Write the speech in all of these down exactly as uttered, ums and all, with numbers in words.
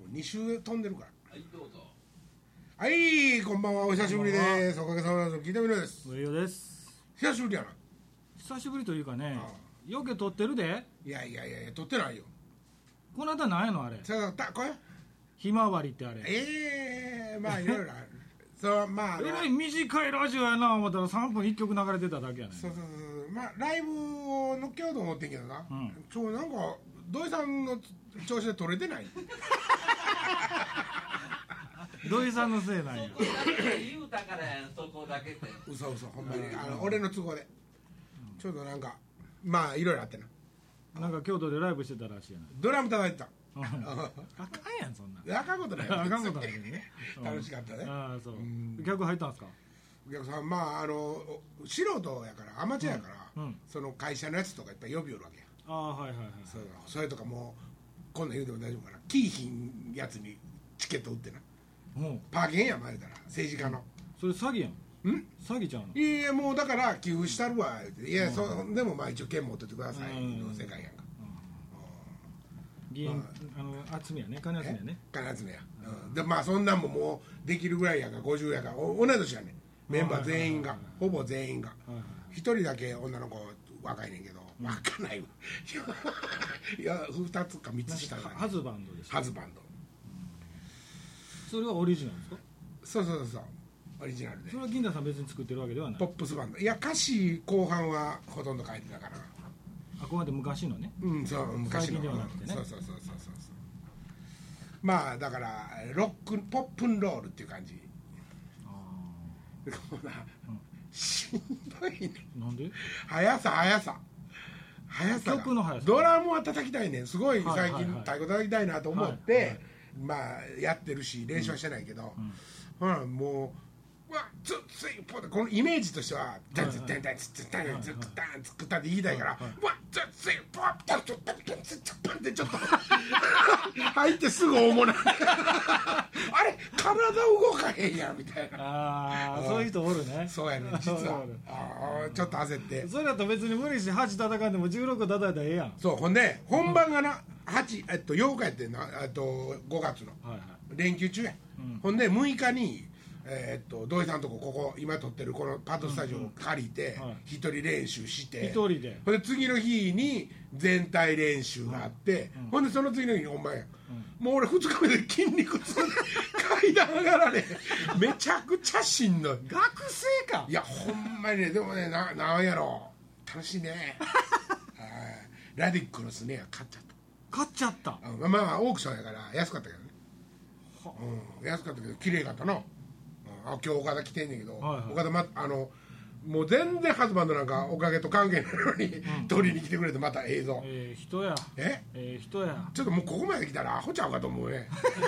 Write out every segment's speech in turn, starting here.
に週飛んでるから。 はいどうぞ。 はい、こんばんは、お久しぶりです。おかげさまで聞いてみるです。 上与です。 久しぶりやな。 久しぶりというかね、 ああよけ撮ってるで。 いやいやいやいや、撮ってないよ。 この間なんやのあれ。 さあ、たこれひまわりってあれ。 ええー、まあいろいろある。そう、まあえらい短いラジオやな思ったらさんぷんいっきょく流れてただけやねん。 そうそうそう、まあライブを乗っけようと思ってんけどな、うん、今日なんか土井さんの調子で撮れてない。 土井さんのせいなんや。 そこだけ言うたからやん、そこだけって。 嘘嘘、ほんまにあの俺の都合で、ちょっとなんかまあいろいろあってな。 なんか京都でライブしてたらしいやな。 ドラム叩いてた。 あかんやんそんな。 あかんことない。 あかんことないけどね。 楽しかったね。 ああそう。客入ったんですか。 お客さん、まああの素人やからアマチュアやから、うん、その会社のやつとかいっぱい呼びよるわけや。 ああはいはいはい。 それそれとかもうこんなん言うても大丈夫かな。キーヒンやつにチケット売ってな。うん、パーケンやまれたら政治家の。 それ詐欺やん。 ん詐欺ちゃうの。 いやいやもうだから寄付したるわって。いや、そでもまあ一応券持ってってくださいの世界やんか。 議員、あの集めやね、金集めやね。 金集めや、うん、でまあそんなんももうできるぐらいやからごじゅうやから同い年やね。メンバー全員がほぼ全員が一人だけ女の子若いねんけど若ないわ。いやふたつかみっつ下だね。 ハズバンドです。 ハズバンド。 それはオリジナルですか。 そうそうそうオリジナルで。 それは銀田さん別に作ってるわけではない。 ポップスバンド。いや歌詞後半はほとんど書いてたから。 あくまで昔のね。 うんそう昔の。 最近ではなくてね。 そうそうそうそうそう。まあだからロックポップンロールっていう感じ。ああ。しんどいね。 なんで？ 速さ速さ速さ。 曲の速さ。 ドラムは叩きたいねん。すごい最近太鼓叩きたいなと思って、はいはいはい、まあやってるし練習はしてないけど、うんうん、もう。わっつっついポこのイメージとしてはダンツダンツツッタンツッタンツッタンって言いたいからわっつっついポッタンツッタンツッタンってちょっと入ってすぐ重なる。あれ体動かへんやんみたいな。 ああそういう人おるね。 そうやね実は。ああちょっと焦って。 それだと別に無理してはち叩かんでもじゅうろく叩いたらええやん。 そうほんで本番がなはちえっとようかやってんなえっとごがつの連休中や。ほんでむいかにえー、っと土井さんとこここ今撮ってるこのパートスタジオを借りて一人練習して一人でほんで次の日に全体練習があってほんでその次の日にお前もう俺ふつかめで筋肉痛で階段上がられめちゃくちゃしんどい。 学生か。 いやほんまにねでもね な, なんやろ楽しいね。ラディックのスネア買っちゃった買っちゃったあまあオークションやから安かったけどね、うん、安かったけど綺麗かったな。あ今日岡田来てんねんけど、はいはい、岡田、ま、あのもう全然ハズバンドなんかおかげと関係ないのに、うん、撮りに来てくれてまた映像ええー、人やえええー、人やちょっともうここまで来たらアホちゃうかと思うね。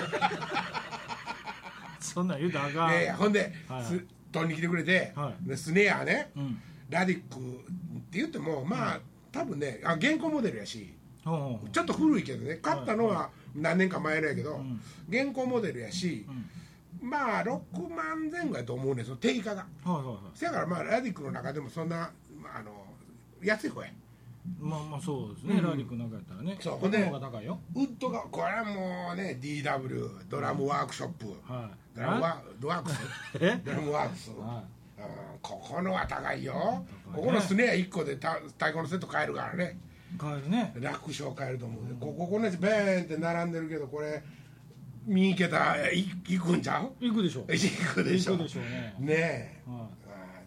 そんなん言うたらあかん。 いやいやほんで、はい、撮りに来てくれて、はい、でスネアね、うん、ラディックって言ってもまあ、うん、多分ねあ現行モデルやし、うん、ちょっと古いけどね買ったのは何年か前のやけど、うん、現行モデルやし、うんまあろくまんぜん後やと思うねんその定価が。はいはいはい。せやからまあラディックの中でもそんなあの安い方や。 まあまあそうですね、うん、ラディックの中やったらね。 そうほんで方が高いよ。 ウッドがこれはもうね ディーダブリュー ドラムワークショップ、うんはい、ドラムワドワークスドラムワークス、はい、うん、ここのは高いよ。ね、ここのスネアいっこで太鼓のセット買えるからね。 買えるね。 楽勝買えると思う、うん、こここのやつベーンって並んでるけどこれ。見に行けたら行くんちゃう？ 行くでしょ。 行くでしょ。 行くでしょうね。 ねえ。 はい、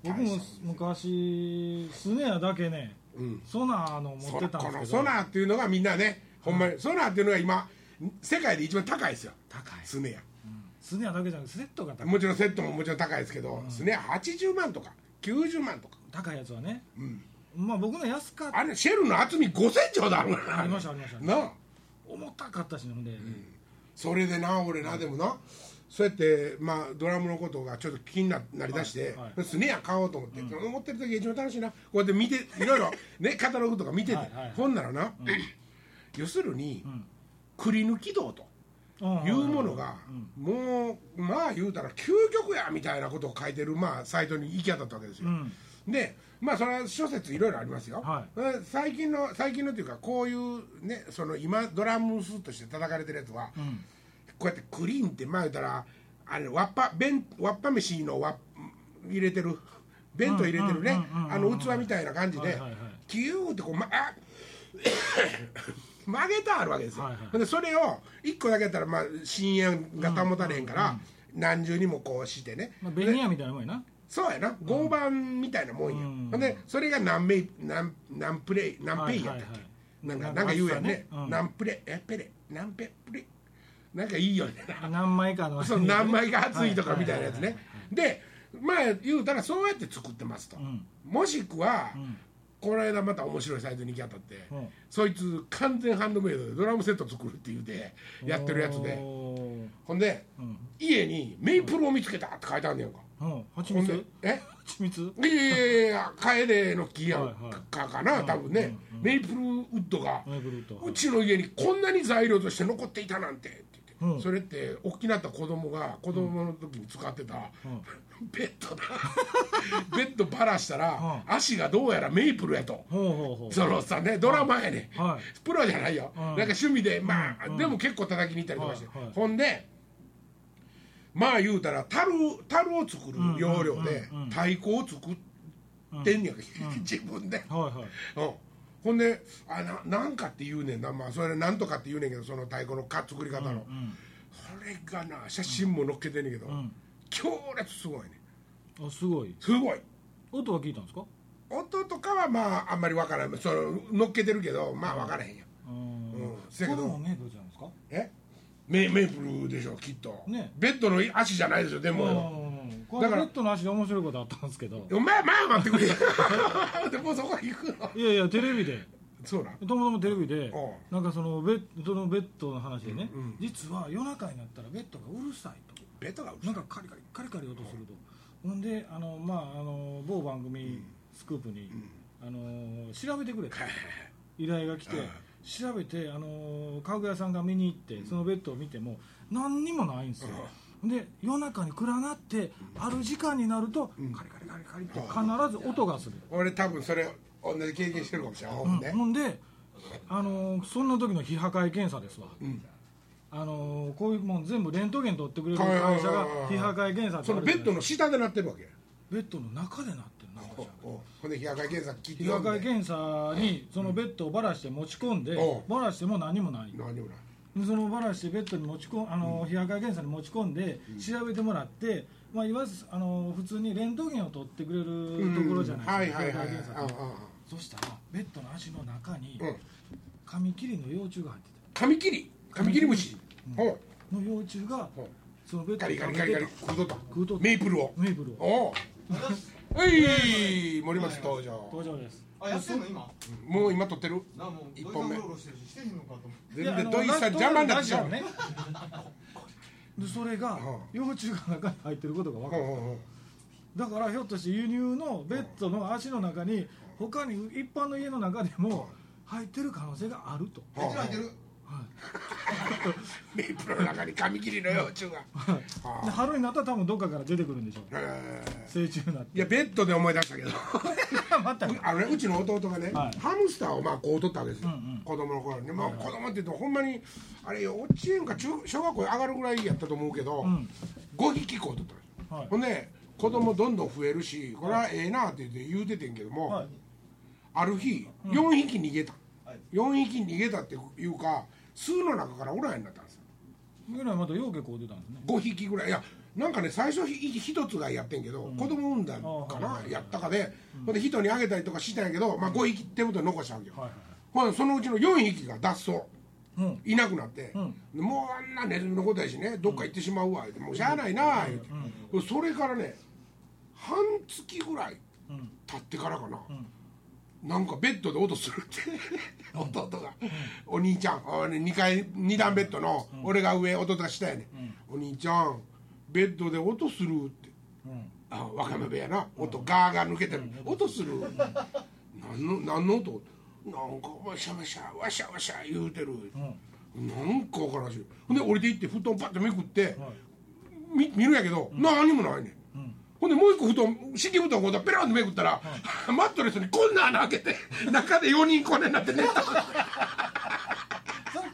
僕も昔スネアだけね、うん、ソナーの持ってたんですけど。このソナーっていうのがみんなね、ほんまにソナーっていうのが今世界で一番高いですよ。 高い。 スネア。 うん、スネアだけじゃなくてセットが高い。 もちろんセットももちろん高いですけど、うん、スネアはちじゅうまんとかきゅうじゅうまんとか。 高いやつはね。うん。まあ僕の安かった。 あれシェルの厚みごセンチほどあるから。 ありましたありました。 なあ。 重たかったしねほんで。うんそれでな俺なでもなそうやってまあドラムのことがちょっと気になりだして、はいはい、スネア買おうと思って、うん、思ってる時が一番楽しいなこうやって見ていろいろねカタログとか見ててはい、はい、ほんならな、うん、要するに、うん、くり抜き道というものが、うん、もうまあ言うたら究極やみたいなことを書いてるまあサイトに行き当たったわけですよ、うん、でまあそれは諸説いろいろありますよ、はい、最近の最近のというかこういうねその今ドラムスとして叩かれてるやつは、うん、 こうやってクリーンって前言ったらあれわっぱ弁わっぱ飯のわ入れてる弁当入れてるねあの器みたいな感じでキューってこう、ま、あ曲げたあるわけですよ、はいはい、でそれをいっこだけやったらまあ深淵が保たれへんから、うんうんうん、何重にもこうしてね、 まあ、ベニヤみたいなもんやなそうやな合板みたいなもんや、うん、でそれが何メイ何何プレイ何ペイやったっけ、はいはいはい、なんかなんか言うやんね、ねうん、何プレえペレ何ペプレなんかいいよね何枚かのそう何枚か厚いとかみたいなやつねでまあ言うたらそうやって作ってますと、うん、もしくは、うんこの間また面白いサイトに行き当たって、うん、そいつ完全ハンドメイドでドラムセット作るって言うてやってるやつでほんで、うん、家にメイプルを見つけたって書いてあるんねやんか、うん、 蜂蜜え蜂蜜いやいやいやカエデの木やんかかな多分ね、うんうん、メイプルウッドがうちの家にこんなに材料として残っていたなんてって言って、うん、それって大きなった子供が子供の時に使ってた、うんベッドだベッドバラしたら、はあ、足がどうやらメイプルやとほうほうほうそのさねドラマやね、はい、プロじゃないよ、はい、なんか趣味でまあ、うん、でも結構叩きに行ったりとかして、はいはい、ほんでまあ言うたら樽樽を作る要領で太鼓を作ってんやん、うん、自分で、はいはいうん、ほんであななんかって言うねんなまあそれなんとかって言うねんけどその太鼓のか作り方の、うんうん、これがな写真も載っけてんねんけど、うん強烈すごいねあすごいすごい音は聞いたんですか音とかはまああんまり分からないその乗っけてるけどまあ分からへんようんせやけどこれもメープルじゃないですかえ メ, メープルでしょきっと、ね、ベッドの足じゃないでしょでもこれベッドの足で面白いことあったんですけどお前まあ待ってくれでもそこ行くのいやいやテレビでそうなともともテレビでなんかそのベッドのベッドの話でね、うんうん、実は夜中になったらベッドがうるさいとベッドがなんかカリカリカリカリ音すると、ほんであのまああの某番組、うん、スクープに、うん、あの調べてくれと依頼が来て調べてあの家具屋さんが見に行ってそのベッドを見ても何にもないんですよ、うん、で夜中に暗なってある時間になると、うん、カリカリカリカリって必ず音がする、 うん、俺多分それ同じ経験してるかもしれない、うんね、 ほんであのそんな時の非破壊検査ですわ、うんあのー、こういうもん全部レントゲン取ってくれる会社が非破壊検査ってそのベッドの下でなってるわけベッドの中でなってる中じゃほんで非破壊検査聞いて非破壊検査にそのベッドをバラして持ち込んで、うん、バラしても何もない何もないそのバラしてベッドに持ち込んあの、うん、非破壊検査に持ち込んで、うん、調べてもらって、まあ、いわゆるあの普通にレントゲンを取ってくれるところじゃないですか、非破壊検査ってそしたらベッドの足の中に、うん、カミキリの幼虫が入ってたカミキリカミキリムシ、 うんの幼虫がそのベッドにカリカリカリカリ食うとった食うとったメイプルをメイプルをおはい森松登場登場ですあやってんの今もう今撮ってるなもう一本目全然土井さん邪魔になっちゃうねでそれが幼虫が中に入ってることが分かっただからひょっとして輸入のベッドの足の中に他に一般の家の中でも入ってる可能性があるとめっちゃ入ってるはい、 メイプルの中にカミキリの幼虫が、 はい、春になったら多分どっかから出てくるんでしょう成虫になっていやベッドで思い出したけどまたあの、ね、うちの弟がね、はい、ハムスターをまあこう取ったわけですよ、うんうん、子供の頃に、まあ、子供って言うとほんまにあれ幼稚園か中小学校に上がるぐらいやったと思うけど、うん、ごひきこう取ったんですよ、はい、ほんで子供どんどん増えるしこれはええなって言って言うててんけども、はい、ある日よんひき逃げた、うん、よんひき逃げたっていうか巣の中からおらへんなったんですよぐらいまたようけこう出たんですねごひきぐらいいやなんかね最初ひとつがやってんけど、うん、子供産んだかな、はい、やったかで、うん、で人にあげたりとかしたんやけど、まあ、ごひき手元に残したわけよ、はいはいはい、そのうちのよんひきが脱走、うん、いなくなって、うん、もうあんなネズミのことやしねどっか行ってしまうわ、うん、もうしゃあないな言うて、うん、それからね半月ぐらい経ってからかな、うんなんかベッドで音するって弟が、うん、お兄ちゃんにかいに段ベッドの、うん、俺が上弟が下やね、うん、お兄ちゃんベッドで音するって、うん、あわかめ部屋な音、うん、ガーガー抜けてる、うん、音する、うん、何の何の音なんかわしゃわしゃわしゃわしゃ言うてる、うん、なんかわからんしほんで降りていって布団パッとめくって、はい、見, 見るやけど、うん、何にもないねんほんでもう一個布団敷布団こうペランとめくったら、はい、マットレスにこんな穴開けて中でよにんこねになって寝たちょっと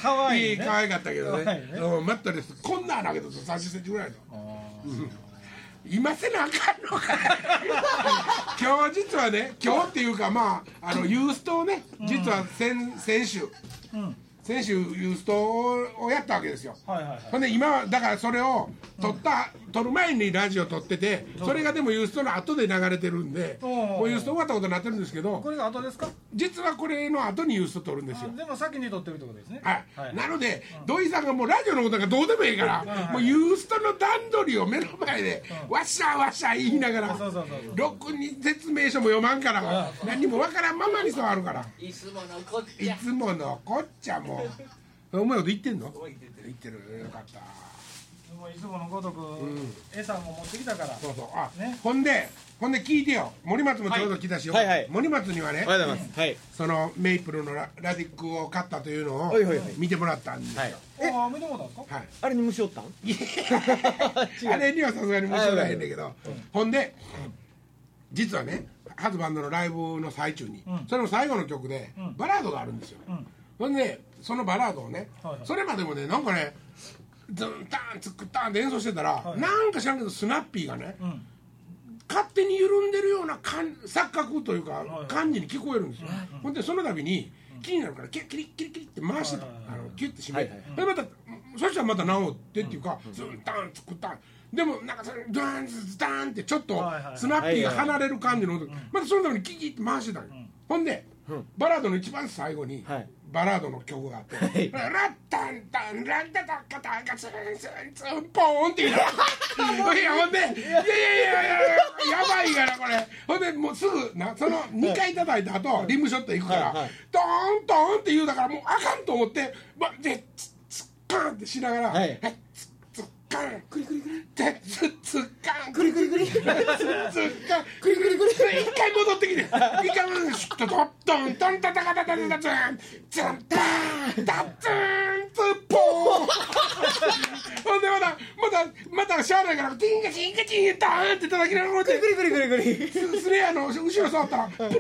かわいいね可愛かったけどね可愛いねうんマットレスこんな穴開けたとさんじゅっセンチぐらいの今せなあかんのか今日実はね今日っていうかまああのユーストをね実は先先週うん先週ユーストをやったわけですよはいはいはいほんで今はだからそれを撮った、撮る前にラジオ撮っててそれがでもユーストの後で流れてるんでおーもうユースト終わったことになってるんですけどこれが後ですか実はこれの後にユースト撮るんですよあでも先に撮ってるってことですねはい、 はいなので、土井さんがもうラジオのことがどうでもいいから、 はいもうユーストの段取りを目の前で、わっしゃわっしゃ言いながら、 そうそうそうそうろくに説明書も読まんから、何もわからんままに触るから、 いつものこっいちゃつものこっちゃもう、うまいこと言ってんのおいてて言ってる、よかった。 もういつものごとく餌も持ってきたからそうそう、あ、 ねほんで、ほんで聞いてよ、森松もちょうど来たしよ、 はいはいはい森松にはね、 おはようございます。はい。 そのメイプルのララディックを買ったというのをはいはいはい見てもらったんですよ。 はい。 ああ見てもらったんですかはいあれに虫おったん？ あれにはさすがに申し訳ないんだけど、ほんで、実はね、ハズバンドのライブの最中に、 うんそれの最後の曲で、 うんバラードがあるんですよ。 うんほんで、そのバラードをね、 はいはいそれまでもね、なんかね、ズンタンツクタンって演奏してたら、 はいなんか知らんけど、スナッピーがね、 うん勝手に緩んでるような感錯覚というか、 いはい感じに聞こえるんですよ。ほんで、その度に、気になるから、キリキリキリキリって回してた、 はいはいあのキュッて締めて、 はいはいでまた、そしたらまた治ってっていうか、ズンタンツクタン。でもなんかそれドーンズダーンってちょっとはいはいはいスナッピーが離れる感じの音、またそのためにキキって回してたのよ、ほんで、バラードの一番最後に、 はいバラードの曲があって「 はいラッタンタンラッタタカタカツンツンツンポーン」って言うのいやほんで「いやいやいやいややばいからこれ」ほんでもうすぐなそのにかい叩いた後、リムショット行くから、 はいはいドーンドーンって言うだからもうあかんと思ってまでツッツッカンってしながら「 はいツッツッカンクリクリクリ」でツッツッカンクリクリクリ。 ツッツッカンクリクリクリ一回戻ってきて一回戻ってきてドッドンドンタタカタタタタツンツンターンタツンツポーンほんでまたまたまたしゃあないからティンカチンカチンターンって叩きながらこうやってクリクリクリクリクリ。 スネアの後ろ触ったらプル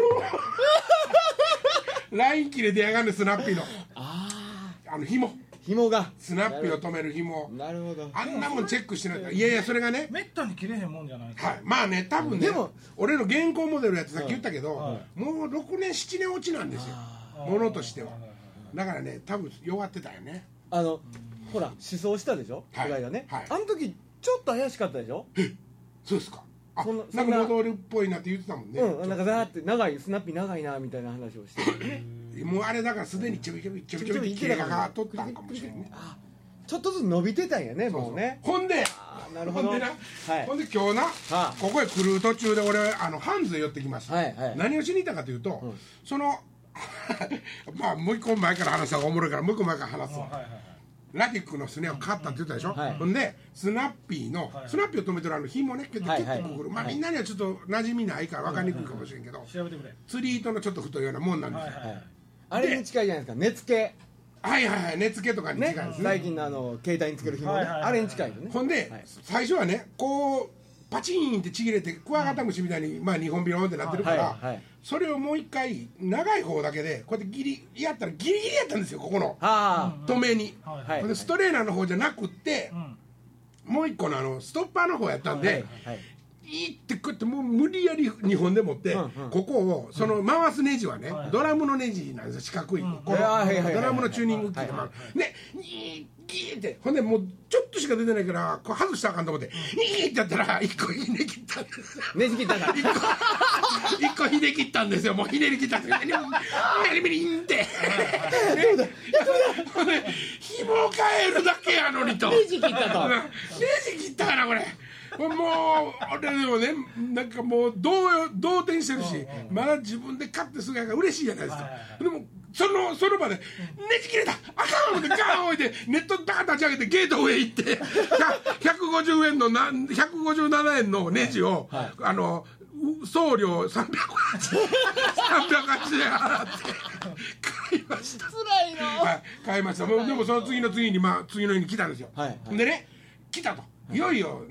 ンライン切れ出やがんねスナッピーのああの紐あ。紐が。 スナッピーを止める紐なるほど。 あんなもんチェックしてないからいやいやそれがねめったに切れへんもんじゃないですかはい、まあね多分ねでも俺の現行モデルやってさっき言ったけど、 はもうろくねんななねん落ちなんですよものとしてはだからね多分弱ってたよねあのほら思想したでしょ。こはいの間ね。 はいあの時ちょっと怪しかったでしょ。 そうですかあそんななんそんなか戻るっぽいなって言ってたもんね、 うん。なんかザーって長いスナッピー長いなみたいな話をしてるね。 もうあれだからすでにちょびちょびちょびちょび切れがか取ったんかもしれんねあ、ちょっとずつ伸びてたんやねもうね。 ほんであーなるほど。 ほんでな、 はいほんで今日な、 あここへ来る途中で俺あのハンズへ寄ってきました、 はいはい何をしに行ったかというと、 んそのまあもう一個前から話した方がおもろいからもう一個前から話すわ、 はいはいはいラディックのスネアを買ったって言ったでしょ、 はいほんでスナッピーの、 はいスナッピーを止めてるあの紐ねキュッとキュッとくぐる、まあはいはいみんなにはちょっと馴染みないから分かりにくいかもしれんけど、 調べてくれ釣り糸のちょっと太いようなもんなんですよ、 はいはいはいあれに近いじゃないですか。根付け。 はいはいはい根付けとかに近いねですね最近のあの携帯につける紐ね、 はいはいはいあれに近いよね。 ほんで、 はい最初はねこうパチーンってちぎれてクワガタムシみたいに、まあ日本ビローンってなってるから、 はいはいそれをもう一回長い方だけでこうやってギリやったらギリギリやったんですよここのは止めに、 はいはいほんでストレーナーの方じゃなくって、 うんもう一個のあのストッパーの方やったんあ、 で、 はいはいいいってこうやってもう無理やりにほんで持って、 うんうんここをその回すネジはね、 はいドラムのネジなんですよ四角い、 うんこのはいはいはいはいドラムのチューニング機で、 はいまあねギーギーってほんでもうちょっとしか出てないからこう外したらあかんと思って、ギーってやったら一個ひね切ったんですねじ切ったから一個ひね切ったんですよもうひねり切ったんですよメリメリンってほんで紐を変えるだけやのにとねじ切ったとネジ切ったからこれもう俺でもねなんかもう動揺動転してるしまだ自分で買ってすぐやから嬉しいじゃないですかはいはいはいでもそのその場でねじ切れたあかん思ってガーン置いてネットバーン立ち上げてゲート上行ってひゃくごじゅうえんのなひゃくごじゅうななえんのネジを、 はいあの送料さんびゃくさんびゃくはちえん払って買いました辛いのはい、買いましたもうでもその次の次にまあ次の日に来たんですよ、 はいはいでね来たといよいよね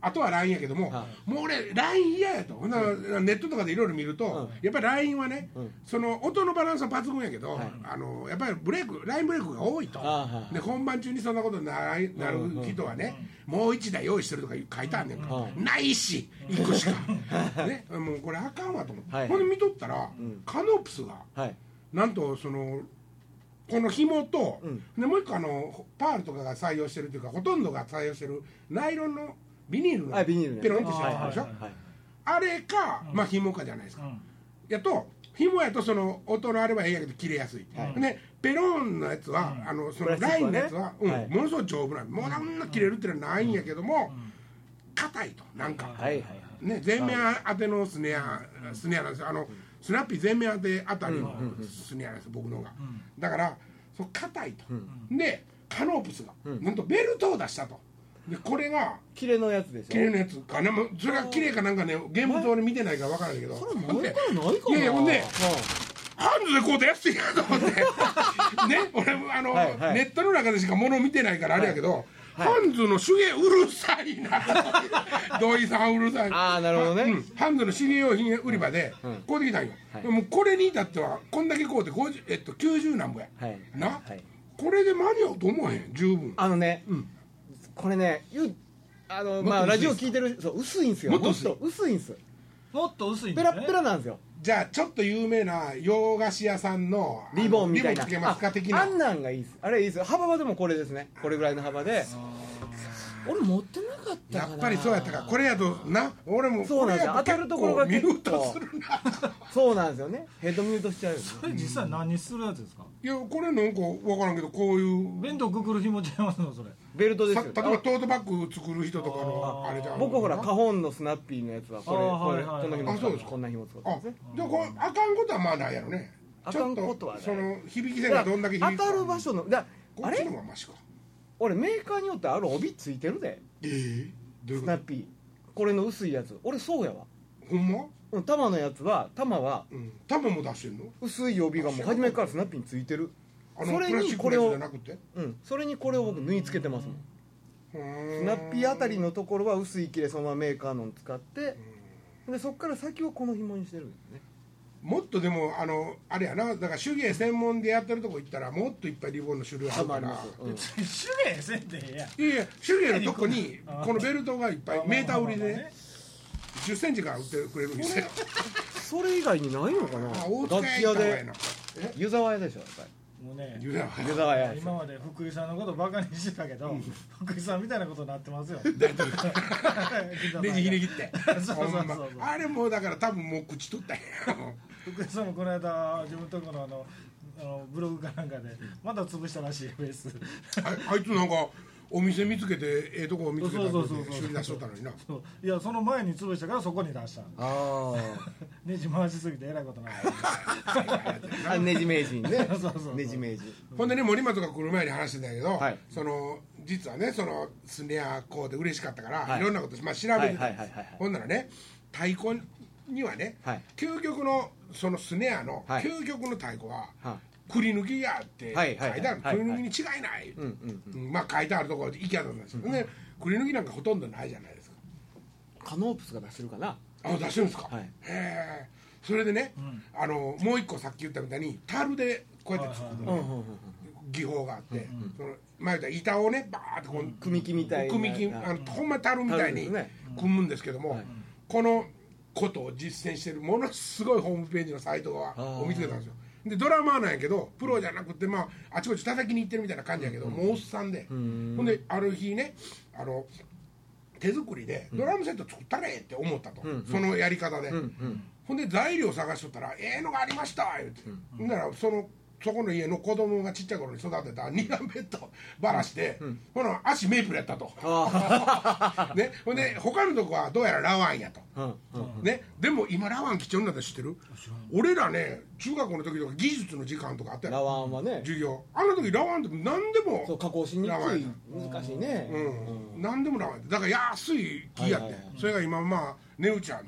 あとは ライン やけども、はい、もう俺 ライン 嫌やと、うん、ネットとかでいろいろ見ると、うん、やっぱり ライン はね、うん、その音のバランスは抜群やけど、はい、あのやっぱりブレイク ライン ブレイクが多いと、で本番中にそんなことになる人はね、うん、もう一台用意してるとか書いてあんねんか、うん、ないしいっこしか、ね、もうこれあかんわと思って、はい、ほんで見とったら、うん、カノープスが、はい、なんとそのこの紐と、うん、でもう一個あのパールとかが採用してるというかほとんどが採用してるナイロンのビニールのペロンってしてるでしょ、あれか、まあ紐かじゃないですか、うん、やと紐やとその音のあればええやけど切れやすい、はい、でペロンのやつは、うん、あのそのラインのやつは、ね、うん、はい、ものすごい丈夫なの、もうあんな切れるっていうのはないんやけども硬いとなんか、はいはいはい、ね、前面当てのスネア、スネアなんですよ、あのスナッピー前面当てあたりのスネアなんですよ僕のが、うん、だからそう硬いと、うん、でカノープスが、うん、なんとベルトを出したと、でこれがキレのやつでしょ、 キレのやつかな、それがキレかなんかね現物俺見てないから分からないけど、 それ前からないかな、 いやいやほんでハンズでこうでやってんやと思ってね、俺あの、はいはい、ネットの中でしか物を見てないからあれやけど、はいはい、ハンズの手芸うるさいな土井さんうるさい、 ああなるほどね、うん、 ハンズの手芸用品売り場でこうできたんよ、はい、もうこれに至ってはこんだけこうでごじゅう、えっと、きゅうじゅうなんぼや、はい、な、はい、これで間に合うと思わへん十分、 あのね、うん、これねあのまあラジオ聞いてる、そう薄いんですよ、もっと薄いんです、 もっと薄いんですね、ペラペラなんですよ。 じゃあちょっと有名な洋菓子屋さんのリボンみたいな、 リボンつけますか的な、 あんなんがいいです、あれいいですよ、幅はでもこれですね、これぐらいの幅で、俺持ってなかったかな、 やっぱりそうやったか、これやとな、俺もそうなんですよ、当たるところが結構ミュートするなそうなんですよね、ヘッドミュートしちゃうよね。 それ実際何するやつですか？ いやこれなんか分からんけど、こういう弁当くくる紐ちゃいますのそれ、 ベルトですよ、 例えばトートバッグ作る人とかのあれじゃん、 僕ほらカホンのスナッピーのやつはこれ、これこの紐使って、こんな紐使ってますね。 でこれあかんことはまあないやろね、 あかんことはね、 その響き線がどんだけ響くか、 当たる場所のだこっちの方がマシか、 俺メーカーによってある帯ついてるで、 えー、どういうこと？ スナッピーこれの薄いやつ、俺そうやわ、 ほんま？ うん、玉のやつは玉は、 うん、玉も出してんの？ 薄い帯がもう初めからスナッピーについてる、 あのそれにこれを、 うん、それにこれを僕縫い付けてますもん、スナッピーあたりのところは薄い切れそのままメーカーのを使って、でそこから先をこの紐にしてるんですね。 もっとでもあのあれやな、だから手芸専門でやってるとこ行ったらもっといっぱいリボンの種類あるから、 うん、手芸せんでええや、いやいや手芸のとこにこのベルトがいっぱいメーター売りでねじゅっセンチから売ってくれるんですよそれ以外にないのかな、楽器屋で湯沢屋でしょやっぱり。 もうね、 湯沢屋今まで福井さんのことバカにしてたけど、うん、福井さんみたいなことになってますよネジひねぎってそうそうそうそう、あれもうだから多分もう口取ったんや福井さんもこの間自分のところのあのあのブログかなんかでまだ潰したらしいベースあ, あいつなんかお店見つけてええとこを見つけたので修理出しとったのにな。 そういやその前に潰したからそこに出した。ああネジ回しすぎてえらいことないあネジ名人ねそうそうそうネジ名人。 ほんでね森松が来る前に話してたけど、はい、その実はねそのスネアこうで嬉しかったから、はい、いろんなこと、まあ、調べてたんです。ほんならね太鼓にはね、はい、究極のそのスネアの究極の太鼓は、はいくり抜きやって書いてある、くり抜きに違いない、まあ書いてあるところで行き当たるんですよね。くり抜きなんかほとんどないじゃないですか。 カノープスが出してるかな。 あ出してるんですか、はい、へえ。それでね、うん、あのもう一個さっき言ったみたいに樽でこうやって作る、ね、技法があって、うんうん、その前言った板をねバーってこう、うん、 組木みたいな組木あのほんま樽みたいに組むんですけども、うん、このことを実践してるものすごいホームページのサイトを見つけたんですよ。でドラマーなんやけどプロじゃなくて、まあ、あちこち叩きに行ってるみたいな感じやけど、うん、もうおっさんで、うん、ほんである日ねあの手作りでドラムセット作ったれって思ったと、うん、そのやり方で、うんうん、ほんで材料探しとったら「ええのがありました」言うて、ほんならそのそこの家の子供がちっちゃい頃に育てたニランベッドばらして、うん、ほな足メープルやったとね、ほんで他のとこはどうやらラワンやと、うんうん、ね、でも今ラワン貴重になったの知ってる？俺らね中学校の時とか技術の時間とかあったやろラワンはね授業、あの時ラワンって何でもそう加工しにくい難しいね、 うんうん、何でもラワンだから安い木やって、はいはいはい、それが今まあ値打ちある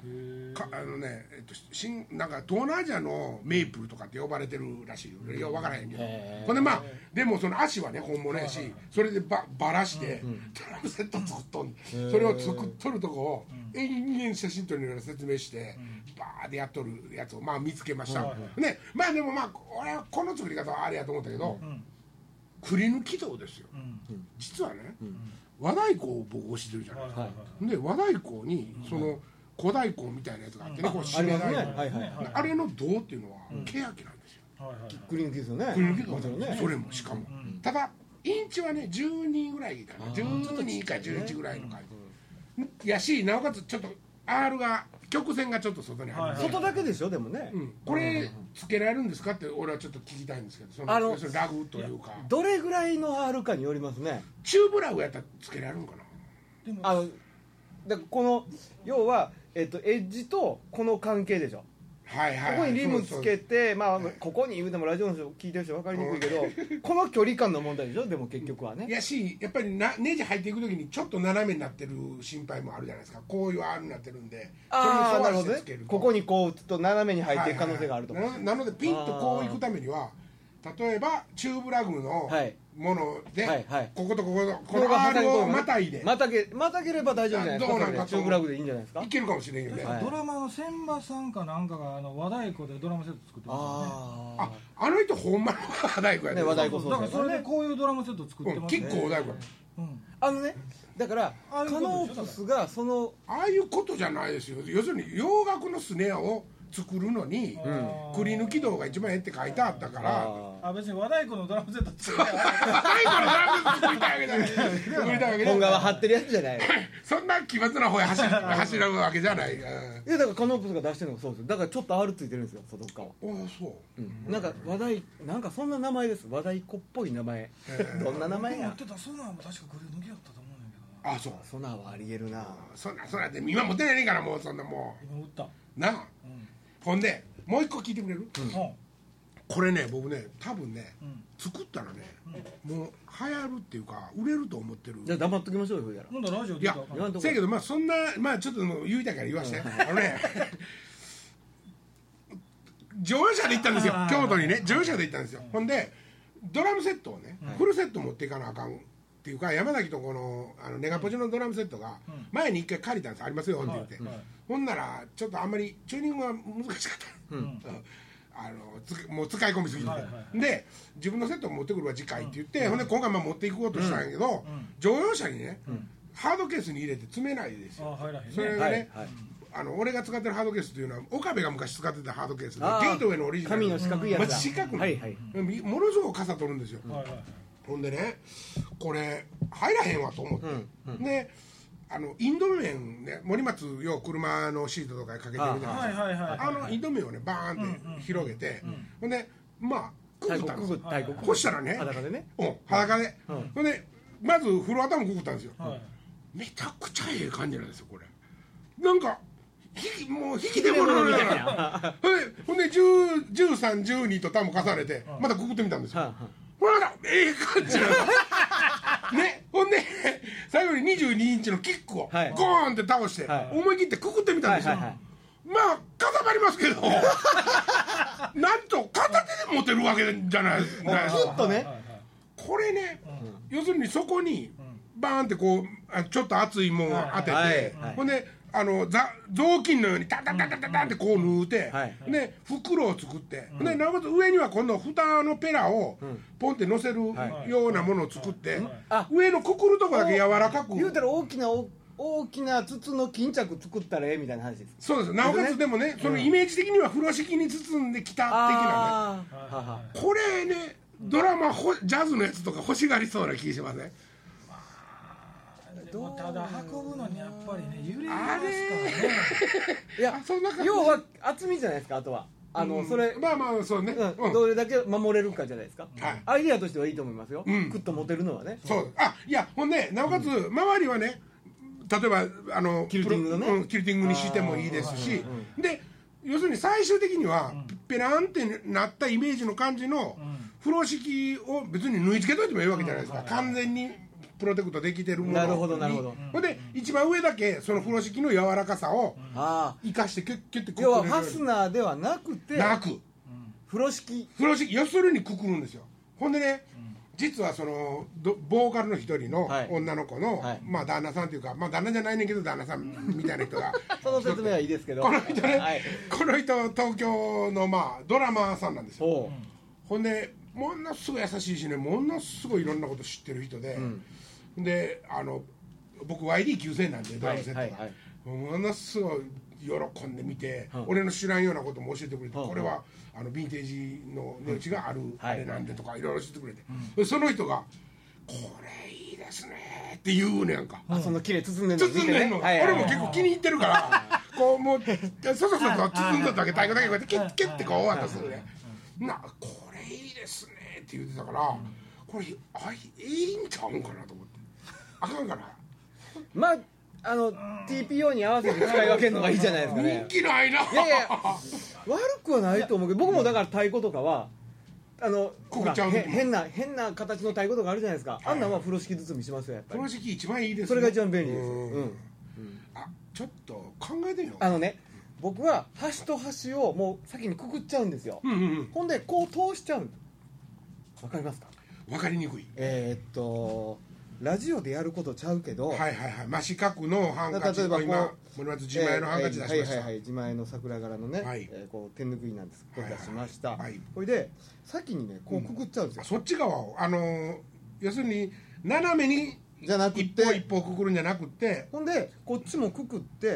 かあのね、えっと、新なんか東南アジアのメイプルとかって呼ばれてるらしいよ、よく分からへんけど、ほんでまあでもその足はね本物やし、それでばばらして、ドラムセット作っとん、それを作っとるとこを延々写真撮りながら説明して、バーでやっとるやつをまあ見つけました、ね、まあでもまあ俺はこの作り方はあれやと思ったけど、くり抜き道ですよ、実はね、和太鼓を僕教えてるじゃないですか、で和太鼓にその小太鼓みたいなやつがあってね、こう締め太鼓、あれの胴っていうのは欅なんですよ、 くり抜きですよね、 くり抜き道、それもしかも、ただインチはねじゅうにんぐらいかな、じゅうにかじゅういちぐらいの感じやし、なおかつちょっと R が曲線がちょっと外に入る、 外だけでしょでもね、 これつけられるんですかって俺はちょっと聞きたいんですけど、そのラグというかどれぐらいの R かによりますね。 チューブラグやったらつけられるんかな。 あのだからこの要は、えっと、エッジとこの関係でしょ、 はいはいはい、 ここにリムつけて、まあ、ここに言うてもラジオの人聞いてる人分かりにくいけど、この距離感の問題でしょ、でも結局はね。 やし、やっぱりなネジ入っていくときにちょっと斜めになってる心配もあるじゃないですか、こういう R になってるんで、 ああなるほどね、 けるとここにこうちょっと斜めに入っていく可能性があると、 はいはいはい、なのでピンとこういくためには、例えばチューブラグのもので、はいはい、こことこことこの R をまたいでまたげまたげれば大丈夫じゃないですか、それでチューブラグでいいんじゃないですか、 いけるかもしれんよね、 はい、ドラマの千葉さんかなんかがあの和太鼓でドラムセット作ってますよね。 ああ、あの人ほんまの和太鼓やね、 和太鼓そうだからそれでこういうドラムセット作ってますね、 うん、結構和太鼓、 うん、あのねだからカノープスがそのああいうことじゃないですよ、要するに洋楽のスネアを作るのに、うん、くり抜き道が一番ええって書いてあったから、 あ別に和太鼓のドラムセット作りたい和太鼓のドラムセット作りたいわけじゃない作りたいわけじゃない、 本側張ってるやつじゃないそんな奇抜な方へ走る走るわけじゃない、うん、いやだからカノープスが出してるのがそうですよ、だからちょっと R ついてるんですよ外側。ああそう、 うん、なんか和太なんかそんな名前です、和太鼓っぽい名前、どんな名前や。 持ってたソナーも確かくり抜きだったと思うんだけどな。あそうソナーはありえるな。 そんなそんなで今持ってないねんからもうそんなもう今売ったなあ、うん、ほんでもう一個聞いてくれる、うん、これね僕ね多分ね、うん、作ったらね、うん、もう流行るっていうか売れると思ってる。 じゃあ黙っときましょうよ。やらラジオでいやせやけどまあそんなまあちょっと言いたいから言わしてあのね乗用車で行ったんですよ京都にね乗用車で行ったんですよ、ほんでドラムセットをね、はい、フルセット持っていかなあかんっていうか山崎とこのあのネガポジのドラムセットが前に一回借りたんですありますよって言って、はいはい、ほんならちょっとあんまりチューニングが難しかった、うん、あのつもう使い込みすぎて、はいはいはい、で自分のセットを持ってくるわ次回って言って、うん、ほんで今回まあ持っていこうとしたんやけど、うん、乗用車にね、うん、ハードケースに入れて詰めないですよ、あ、ね、それがね、はいはい、あの俺が使ってるハードケースというのは岡部が昔使ってたハードケースでゲートウェイのオリジナル紙の四角いやつだ、 まあ、四角の、はいはい、ものすごく傘取るんですよ、はいはいはい、ほんでねこれ入らへんわと思って、うんうん、であのインド麺ね森松よう車のシートとかにかけてるじゃないですか、あのインド麺をねバーンって広げて、うんうん、ほんでまあくぐったんですよ、そしたらね裸でね、 うん、裸で、うん、ほんでまず風呂頭くぐったんですよ、はい、めちゃくちゃええ感じなんですよこれなんかもう引き出物みたいなほんでじゅう、じゅうさん、じゅうにとタム重ねてまたくぐってみたんですよ、ほらええ感じなのね、ほんで最後ににじゅうにインチのキックをゴーンって倒して、はい、思い切ってくくってみたんですよ、はいはいはい、まあかさばりますけどなんと片手で持てるわけじゃないですかずっとねこれね、うん、要するにそこにバーンってこうちょっと熱いもんを当てて、はいはいはい、ほんであの雑巾のようにタタタタタタってこう縫うて、はい、で袋を作って、うん、でなおかつ上には今度蓋のペラをポンって乗せるようなものを作って、はい、上のくくるとこだけ柔らかく言うたら大きな大きな筒の巾着作ったらええみたいな話です。 そうです。なおかつでもね、そのイメージ的には風呂敷に包んできた的なね、これねドラマジャズのやつとか欲しがりそうな気しません、ね、 ただ運ぶのにやっぱりね揺れますからねいやそんな要は厚みじゃないですか。あとはあの、うん、それまあまあそうね、 うん、どれだけ守れるかじゃないですか、はい、アイディアとしてはいいと思いますよ、うん、クッと持てるのはね。 そうあいやほんでなおかつ、うん、周りはね例えばあのキルティングのね、 うん、キルティングにしてもいいですし、うん、で要するに最終的には、うん、ペランってなったイメージの感じの風呂敷を別に縫い付けといてもいいわけじゃないですか、うん、完全にプロテクトできてるものになるほどなるほど。 ほんで一番上だけその風呂敷の柔らかさを生かしてキュッキュッてくくれる要はファスナーではなくてなく風呂敷風呂敷要するにくくるんですよ。ほんでね、実はそのボーカルの一人の女の子の、はい、まあ旦那さんというか、まあ旦那じゃないねんけど旦那さんみたいな人がその説明はいいですけどこの人ね、 はい、 この人東京のまあドラマーさんなんですよ。ほんでものすごい優しいしね、ものすごいいろんなこと知ってる人で、うん、であの僕 ワイディーきゅうせん なんでドラムセットが、はいはいはい、ものすごい喜んで見て、うん、俺の知らんようなことも教えてくれて、うん、これはあのヴィンテージの値打ちがあるあれなんでとかいろいろ教えてくれて、うん、その人が「これいいですね」って言うねやんか、 うん、その綺麗包んでんの包んでんの、はいはいはい、俺も結構気に入ってるからこうもうそそそそ包んだだけ太鼓だけこうやってキュッキュッてこう渡すのねな、これいいですねって言ってたから、これあいいんちゃうんかなと思ってあかんかなまああの ティーピーオー に合わせて使い分けるのがいいじゃないですかね。 人気ないな。 いやいや悪くはないと思うけど、僕もだから太鼓とかはあの変な変な形の太鼓とかあるじゃないですか。あんなんは風呂敷包みしますよやっぱり。 風呂敷一番いいですね。 それが一番便利です。うん。 あ、ちょっと考えてみよう。 あのね、僕は端と端をもう先にくくっちゃうんですよ。 うんうんうん、 ほんでこう通しちゃう。わかりますか？ わかりにくい。 えー、っと。ラジオでやることちゃうけど、 はいはいはい、真四角のハンカチを今森松自前のハンカチ出しました、 えー、はいはいはい、自前の桜柄のね、はい、えー、こう手ぬぐいなんですこれ出しました、はいはいはい、これで先にねこうくくっちゃうんですよ、 うん、そっち側をあのー、要するに斜めにじゃなくて一歩一歩くくるんじゃなくてほんでこっちもくくって、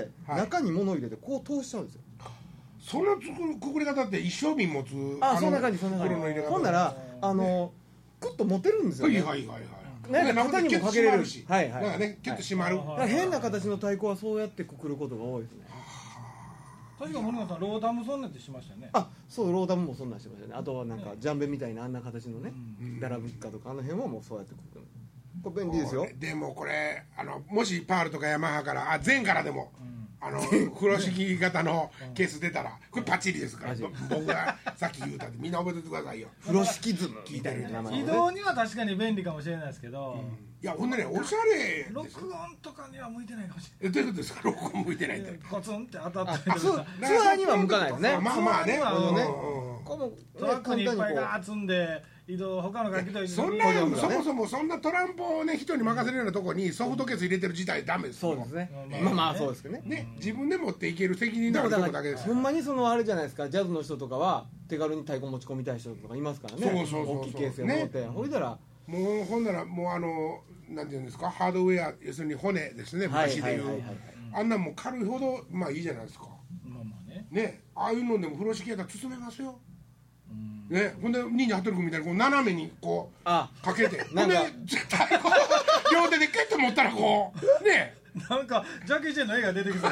はい、中に物を入れてこう通しちゃうんですよ。 そのくくり方って一生瓶持つあそんな感じそんな感じほんならあのー、クッと持てるんですよね。 はいはいはいはいなんか肩にもかけれるし、 はいはい、なんかねキュッと締まる、 はい、変な形の太鼓はそうやってくくることが多いですね。 確か森永さんローダムそんなんってしましたよね。 あ、そうローダムもそんなんしてましたね。あとはなんかジャンベみたいなあんな形のね、うん、ダラブッカとかあの辺はもうそうやってくくる。これ便利ですよ。 でもこれあのもしパールとかヤマハからあ全からでも、うんあの風呂敷型のケース出たらこれパッチリですから、僕がさっき言うたんでみんな覚えておいてくださいよ。 風呂敷ズム聞いてる移動には確かに便利かもしれないですけど、うん、 いやほんでねおしゃれ録音とかには向いてないかもしれない。どういうことですか録音向いてないってコツンって当たってるツアーには向かないですね。 まあまあねこのトラックにいっぱいガーッ積んで移動他の楽器と一緒にそもそもそんなトランプをね人に任せるようなとこにソフトケース入れてる自体ダメですよ。 そうですね。まあまあそうですけどね。 ね自分で持っていける責任のあるとこだけです。 ほんまにそのあれじゃないですか。ジャズの人とかは手軽に太鼓持ち込みたい人とかいますからね。 そうそうそう大きいケースを持ってほいだらもうほんならもうあのなんていうんですかハードウェア要するに骨ですね昔でいうあんなんも軽いほどまあいいじゃないですか。 まあまあね。 ねああいうのでも風呂敷やったら包めますよ。ね、ほんで忍者ハトリ君みたいにこう斜めにこうかけてほんで絶対こう両手でケッて持ったらこうねなんかジャッキー・チェンの絵が出てきそう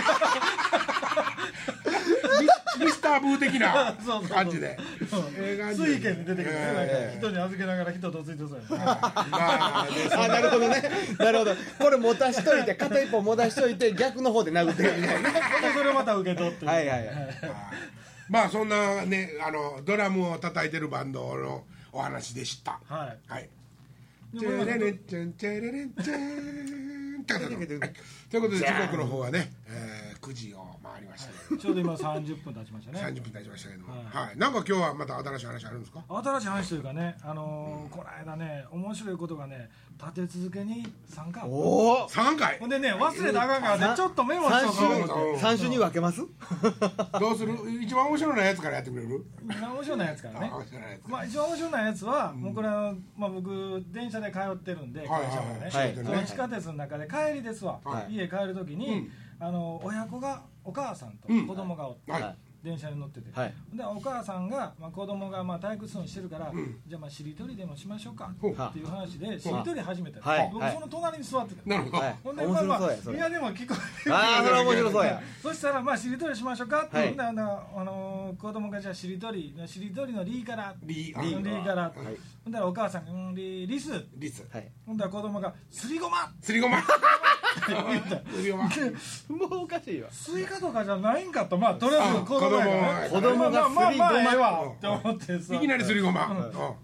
ミスターブー的な感じで水拳に出てきて、えー、人に預けながら人とついてそうやねあなるほどねなるほどこれ持たしといて片一方持たしといて逆の方で殴ってるみたいなそれまた受け取ってはいはいはいまあそんなねあのドラムを叩いてるバンドのお話でした。はい。はい。チェレレンチェンチェレレンチェンということで時刻の方はね、えー、くじを回りました、 ね。ちょうど今さんじゅっぷん経ちましたね。 さんじゅっぷん経ちましたけども、はい、はい。なんか今日はまた新しい話あるんですか？ 新しい話というかね、あのーうん、この間ね面白いことがね立て続けにさんかい。 おお。さんかい。 ほんでね忘れたらあかんからねちょっとメモしとこう。 さん種に分けます？ どうする？一番面白いやつからやってくれる？ 面白いやつからね。まあ一番面白いやつは、うん、もうこれはまあ僕電車で通ってるんで会社がね、はいはいはい、その地下鉄の中で帰りですわ、はい、家帰る時に、うん、あの親子がお母さんと子供がおって、うんはい電車に乗ってて、はい、でお母さんが、まあ、子供がまあ退屈そうにしてるから、うん、じゃあまあしりとりでもしましょうかっていう話でしりとり始めた、はい、僕その隣に座ってた、 なるほど、 はい、ほんでまあまあみんなでも聞こえてるああそれは面白そうやそしたらまあしりとりしましょうかって、はい、あのあの子供がじゃあしりとりしりとりのリーからリーリーから、はい、ほんだらお母さんが、うん、リリスリス、 はい、ほんだら子供がすりごますりごま言ったもうおかしいわスイカとかじゃないんかとまあとりあえず子供が子供がすりごままあまあええわって思ってさいきなりすりごま、 うん、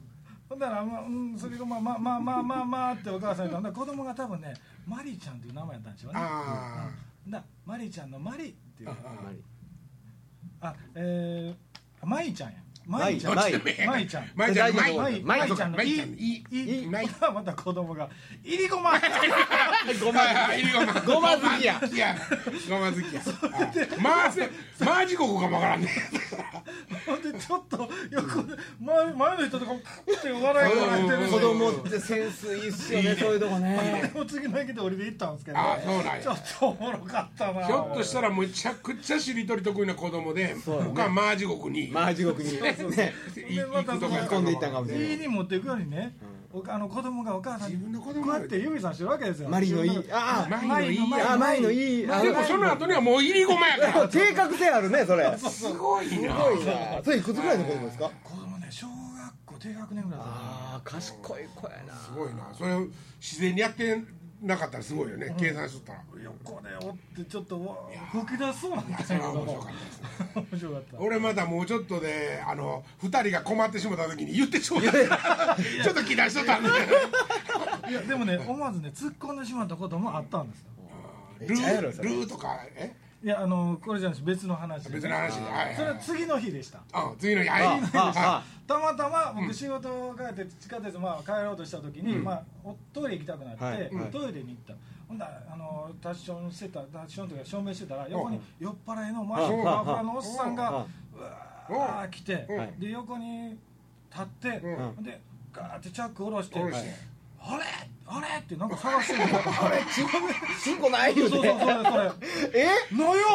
ほんだら、まあうん、それがまあまあまあまあまあまあってお母さん言ったら子供が多分ねマリーちゃんっていう名前やったんでしょうね。あ、うん、だマリーちゃんのマリっていうああえー、マイちゃんやマイちゃんマイちゃんマイちゃんマイちゃんのいいいいまた子供がいりごまごまごま好きやごま好きやまあまあ地獄かもわからんね。 ほんでちょっと横で前前の人とかクッて笑いが笑ってる子供ってセンスいいっすよね。そういうとこね。 次の駅で降りて行ったんですけど、 あそうなんや。 ちょっとおもろかったな。 ひょっとしたらむちゃくちゃしりとり得意な子供で他マー地獄にマー地獄にねまた行き込んでいったんかもしれない。 家に持っていくようにね、あの子供がお母さんにこうやって指さしてるわけですよ。 マリのいい、ああマリのいい、 あマリのいい。 でもその後にはもういりごまやから。 計画性あるねそれ。 すごいな。 すごいな。それいくつぐらいの子供ですか？ 子供ね小学校低学年ぐらい。 ああ賢い子やな。 すごいな。それを自然にやってなかったらすごいよね。計算しとったら。 横でおってちょっと吹き出そうなんですよ。 面白かったですね。 面白かった。 俺まだもうちょっとであの二人が困ってしまった時に言ってちょうだい。ちょっと期待しとったんで。 いやでもね思わずね突っ込んでしまったこともあったんですよ。 ルールーとかえ？ いやあのこれじゃなくて別の話。 別の話。はい。 それは次の日でした。 あ次の日。はい。 たまたま僕仕事帰って地下鉄まあ帰ろうとした時にまあトイレ行きたくなってトイレに行った。ほんだらあのタッションしてたタッションというか証明してたら横に酔っ払いのマジックバファのおっさんがうわー来てで横に立ってでガーってチャック下ろしてあれあれってなんか探してるの。あれチンコないよね。 そうそうそれそれえのよ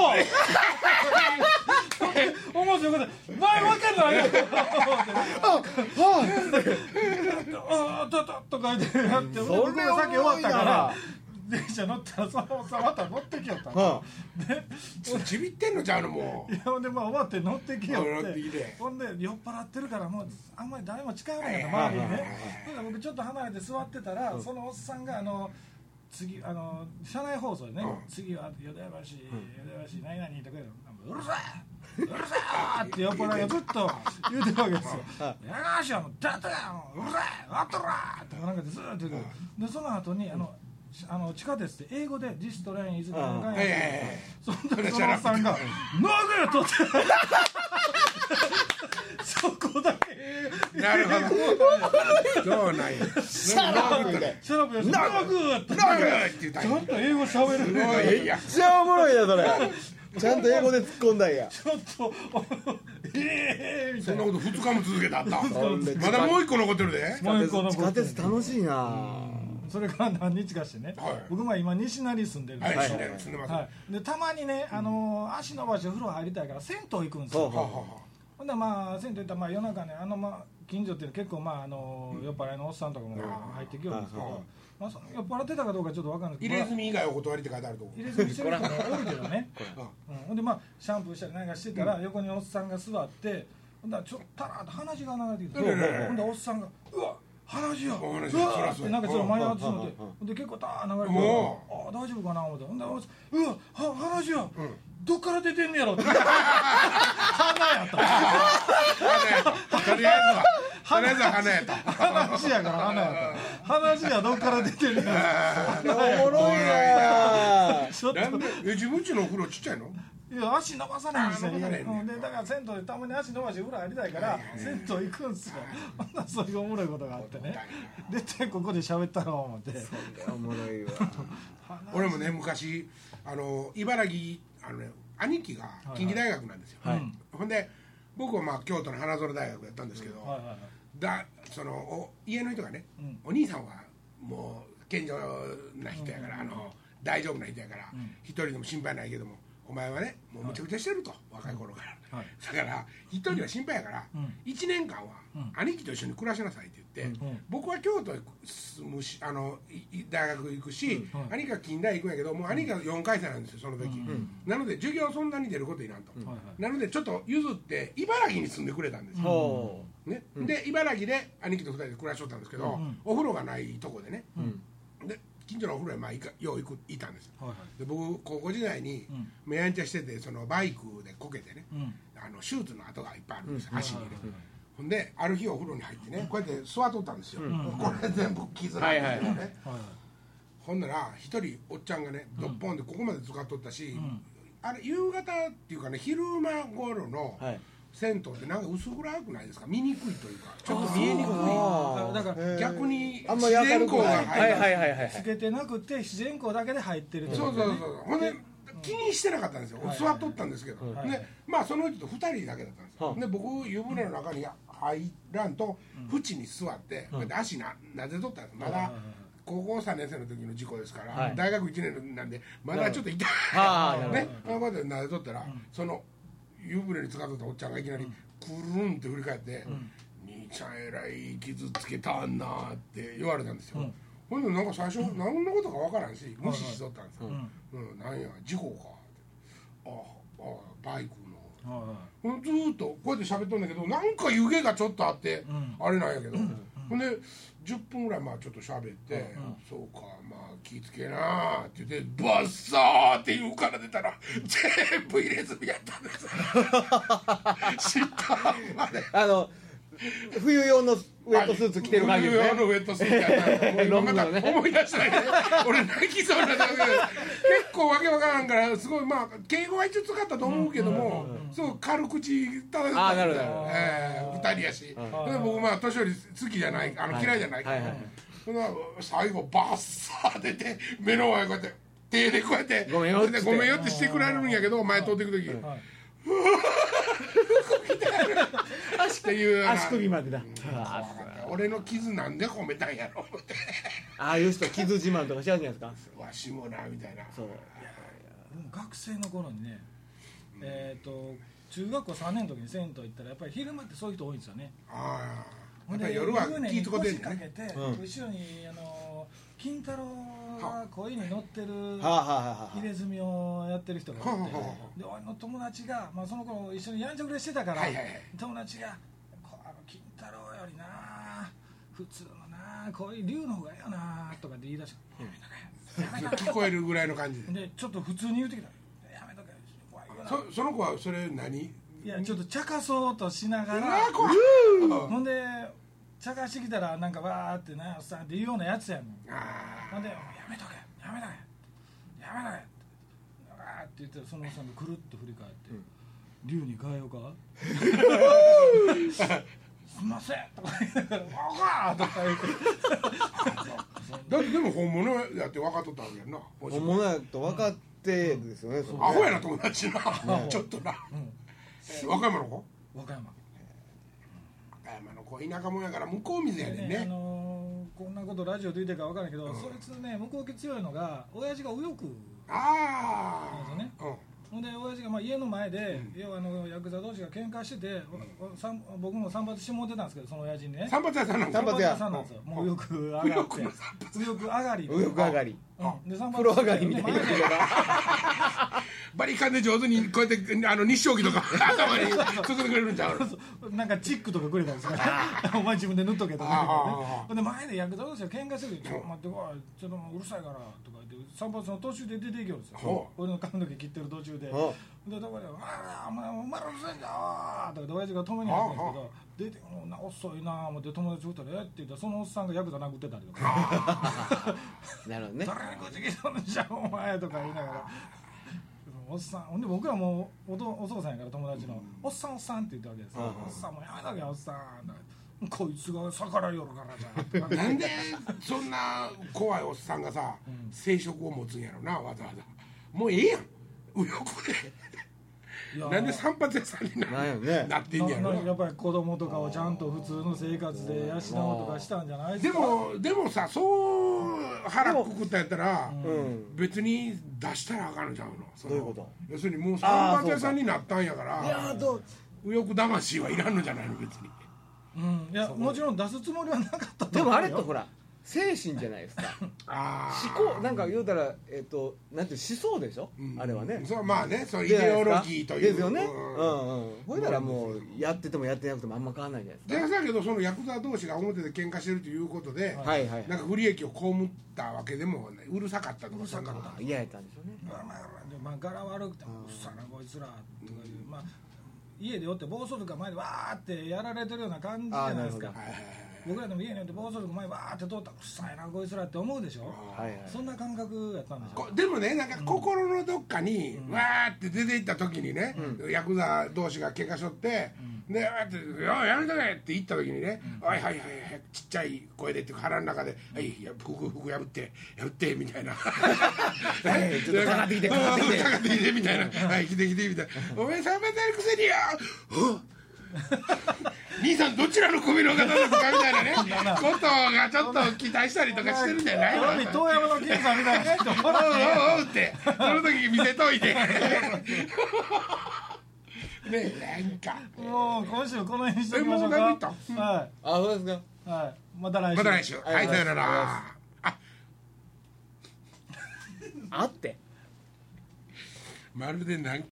思わず横で前分かんないよあああとととか言ってやって僕が先終わったから電車乗ったらそのおっさんまた乗ってきよったのでちびってんのちゃうのもう。 いやほんでまあ終わって乗ってきよって乗ってきてほんで酔っ払ってるからもうあんまり誰も近寄らないの周りにね。ほんで僕ちょっと離れて座ってたらそのおっさんがあの次あの車内放送でね次は淀屋橋淀屋橋何々とかうるさいうるさいって酔っ払いがずっと言うてるわけですよ。やがしやもうだってやうるさいあっとらってなんかでずっと言うてる。でその後にあのあの地下鉄で英語で「This train is going to go」そんなそのおっさんが「ノグ!」とってそこだけなるほど。そうなんや。 シャラッみたいな。 シャラップやし「ノグ!」ってノグって言ったちゃんと英語喋る。 めっちゃおもろいなそれ。ちゃんと英語で突っ込んだんや。 ちょっとええみたいな。 そんなことふつかも続けたった。まだもう一個残ってるで。 もう一個残ってる。 地下鉄楽しいな。 それから何日かしてね、はい、僕は今西成住んでるんですよ、 はいはい、住んでます、 はい、でたまにね、あのー、足伸ばして風呂入りたいから銭湯行くんですよ。ほんでまあ銭湯行ったらまあ夜中ねあの、まあ、近所って結構まああのー、酔っ払いのおっさんとかも入ってきよるんですけど、まあ、その酔っ払ってたかどうかちょっと分かんないけど入れ墨以外お断りって書いてあるとこ入れ墨してる人も多いけどねうん、ほんでまあシャンプーしたりなんかしてたら、うん、横におっさんが座ってほんだらちょっとたらっと鼻血が流れてきて、ほんでおっさんがうわ話やうわーってなんかちょっと前当てするのでで結構たー流れてあ大丈夫かな思ってほんでうわは話やどっから出てんねやろって鼻やったとりあえずはとりあえずは鼻やった話やから鼻やった話やどっから出てんねやおもろいなちょっと自分家のお風呂ちっちゃいのいや足伸ばさないんですよ、ねうん、でだから銭湯でたまに足伸ばして風呂入りたいから銭湯行くんですよ。ほんならそういうおもろいことがあってねでてここで喋ったろう思ってそれおもろいわ俺もね昔あの茨城あの、ね、兄貴が近畿大学なんですよ、はいはい、ほんで僕はまあ京都の花園大学やったんですけど、はいはいはい、だそのお家の人がね、うん、お兄さんはもう健常な人やから、うん、あの大丈夫な人やから、うん、一人でも心配ないけどもお前はねもうむちゃくちゃしてると、はい、若い頃から、はい、だから一人は心配やから、うん、いちねんかんは兄貴と一緒に暮らしなさいって言って、うん、僕は京都へ住むしあの大学行くし、うん、兄貴は近代行くんやけどもう兄貴はよんかい生なんですよその時、うん、なので授業そんなに出ることいらんと、うん、なのでちょっと譲って茨城に住んでくれたんですよ、うんねうん、で茨城で兄貴とふたりで暮らしとったんですけど、うん、お風呂がないとこでね、うん、で近所のお風呂へまあいかよう行くいたんですよ、はいはい、で僕高校時代に目やんちゃしててそのバイクでこけてね、うん、あの手術の跡がいっぱいあるんですよ、うん、足にね、 ほんである日お風呂に入ってねこうやって座っとったんですよ、うん、これ全部傷なんですよね、はいはい、ほんなら一人おっちゃんがねドッポンでここまで使っとったし、うん、あれ夕方っていうかね昼間頃の銭湯ってなんか薄暗くないですか、見にくいというかちょっと見えにくい、だから逆に自然光が入つけてなくて自然光だけで入ってるってことね。そうそうそう、ほんで気にしてなかったんですよ、座っとったんですけど、はい、でまあその人とふたりだけだったんですよ、はい、で僕湯船の中に入らんと縁に座って、うん、足ななでとったんです、まだ高校さんねん生の時の事故ですから、はい、大学いちねんなんでまだちょっと痛いね、こうやってなでとったら、うん、その湯船に使っとったおっちゃんがいきなりくるんって振り返って「うん、兄ちゃんえらい傷つけたんな」って言われたんですよ、うん、ほんでなんか最初何のことか分からんし無視しとったんですよ、うんうん、なんや事故かってああバイクの、はいはい、ずーっとこうやって喋っとんだけどなんか湯気がちょっとあって、うん、あれなんやけど、うん、ほんでじゅっぷんぐらいまあちょっと喋って、うん、そうかまあ気ぃつけなーって言ってバッサーって湯から出たら全部入れ墨やったんです知ったまであの冬用のウェットスーツ着てる感じですね。 冬用のウェットスーツやったらまた思い出したね俺泣きそうになったけど結構わけわからんからすごいまあ敬語は一応使ったと思うけどもすごい軽口ただったんですよ、えー、ふたりやしで僕まあ年寄り好きじゃないあの嫌いじゃないから、はいはいはいはい、最後バッサー出て目の前こうやって手でこうやってごめんよってごめんよってしてくれるんやけど前通っていく時、はいはいっていう足首までだ、うん、 俺の傷なんで褒めたんやろってああいう人傷自慢とかしちゃうじゃないですかわしもなみたいなそういやでも学生の頃にね、うん、えっ、ー、と中学校さんねんの時に銭湯行ったらやっぱり昼間ってそういう人多いんですよねああやっぱり夜は気ぃつこてんねんかけて、うん、後ろにあの金太郎が恋に乗ってる入れ墨をやってる人がいて、で俺の友達が、まあ、その頃一緒にやんちゃくれしてたから、はいはいはい、友達があの金太郎よりな普通のなこういう竜の方がいいよなとかって言い出して、うん、 やめとけ聞こえるぐらいの感じででちょっと普通に言うてきたやめとけ怖いよなそ, その子はそれ何いやちょっと茶化そうとしながらほんで茶化してきたらなんかわーってなおっさんっていうようなやつやねんほんでやめとけやめとけやめとけわーって言ってそのおっさんがくるっと振り返って竜、うん、に変えようかすんませんとか言いながらわーとか言ってだってでも本物やって分かっとったわけやんな本物やと分かってですよね、 うん、アホやな友達な、ね、ちょっとな、うんえー、和歌山の子和歌山和歌山の子田舎もんやから向こう水やねんね、ね、あのー、こんなことラジオで言ってるか分からんけど、うん、そいつね向こう気強いのが親父が右翼ああなんですよね、うんほんで親父がまあ家の前で、うん、要はあのヤクザ同士が喧嘩してて、うん、僕も散髪してもらってたんですけどその親父にね散髪屋さんなんですよ散髪屋さんなんですよ、うん、もうよく上がって右翼上がり右翼上がり、 うん、で散髪風呂上がりみたいなバリカンで上手にこうやってあの日照儀とか頭に作ってくれるんちゃうなんかチックとかくれたんですからお前自分で塗っとけとかねで前でヤクザ同士が喧嘩してるちょっと待ってこいちょっとうるさいからとか言って散髪の途中で出ていけるんですよ俺の髪の毛切ってる途中ででどこで「あらお前お前らうるさいんだよ」とかで親父が止めに入ったんですけど出て「もう遅いな」思って友達振ったら「えっ?」て言ったらそのおっさんがヤクザ殴ってたりとかなるほどね誰にこっち来たんじゃお前とか言いながらおっさんほんで僕はもう お, お父さんやから友達の、うん、おっさんおっさんって言ったわけですよ、うん、おっさんもやめとけおっさんこいつが逆らいよるからじゃんなんでそんな怖いおっさんがさ、うん、生殖を持つんやろなわざわざもうええやん右翼でなんで散髪屋さんに な, な, ね、なってんやろなやっぱり子供とかをちゃんと普通の生活で養うとかしたんじゃないですかでもでもさそう腹くくったやったら、うん、別に出したらあかんのちゃうのそのどういうこと要するにもう散髪屋さんになったんやからいやどう右翼魂はいらんのじゃないの別にうん、いやもちろん出すつもりはなかったと思うよでもあれってほら精神じゃないですかあ思考なんか言うたら、えー、となんていう思想でしょ、うん、あれはねそうまあねそうイデオロギーというですよねうんうんほいだらもうやっててもやってなくてもあんま変わらないじゃないですかだけどそのヤクザ同士が表で喧嘩してるということで、はいはい、なんか不利益を被ったわけでも、ね、うるさかったとかそんなこと嫌やったんでしょうねまあまあ、まあ、柄悪くてもうっさなこいつらとかいうまあ家でおって暴走族が前でわーってやられてるような感じじゃないですか。僕らでも家におって暴走族前わーって通ったらうっさいなこいつらって思うでしょ、はいはい、そんな感覚やったんでしょ。 でもねなんか心のどっかに、うん、わーって出て行った時にね、うん、ヤクザ同士が喧嘩しとって、うん、でわーって「よやめとけ!」って言った時にね「うん、はいはいはいはいちっちゃい声で」って腹の中で「はいや服服破って破って」みたいな「はいちょっとかかってきてかかってきてかかってきて」みたいな「はい来て来て」みたいな「おめえさんめてるくせによ兄さんどちらの組の方ですか」みたいなねことがちょっと期待したりとかしてるんじゃないの。 遠山の金さんみたいなね「おうおうおう」ってその時見せといてねなんかもう今週この辺にしときましょうか。 はいあそうですか。 はいまた来週また来週はいさよなら。ああってまるでなん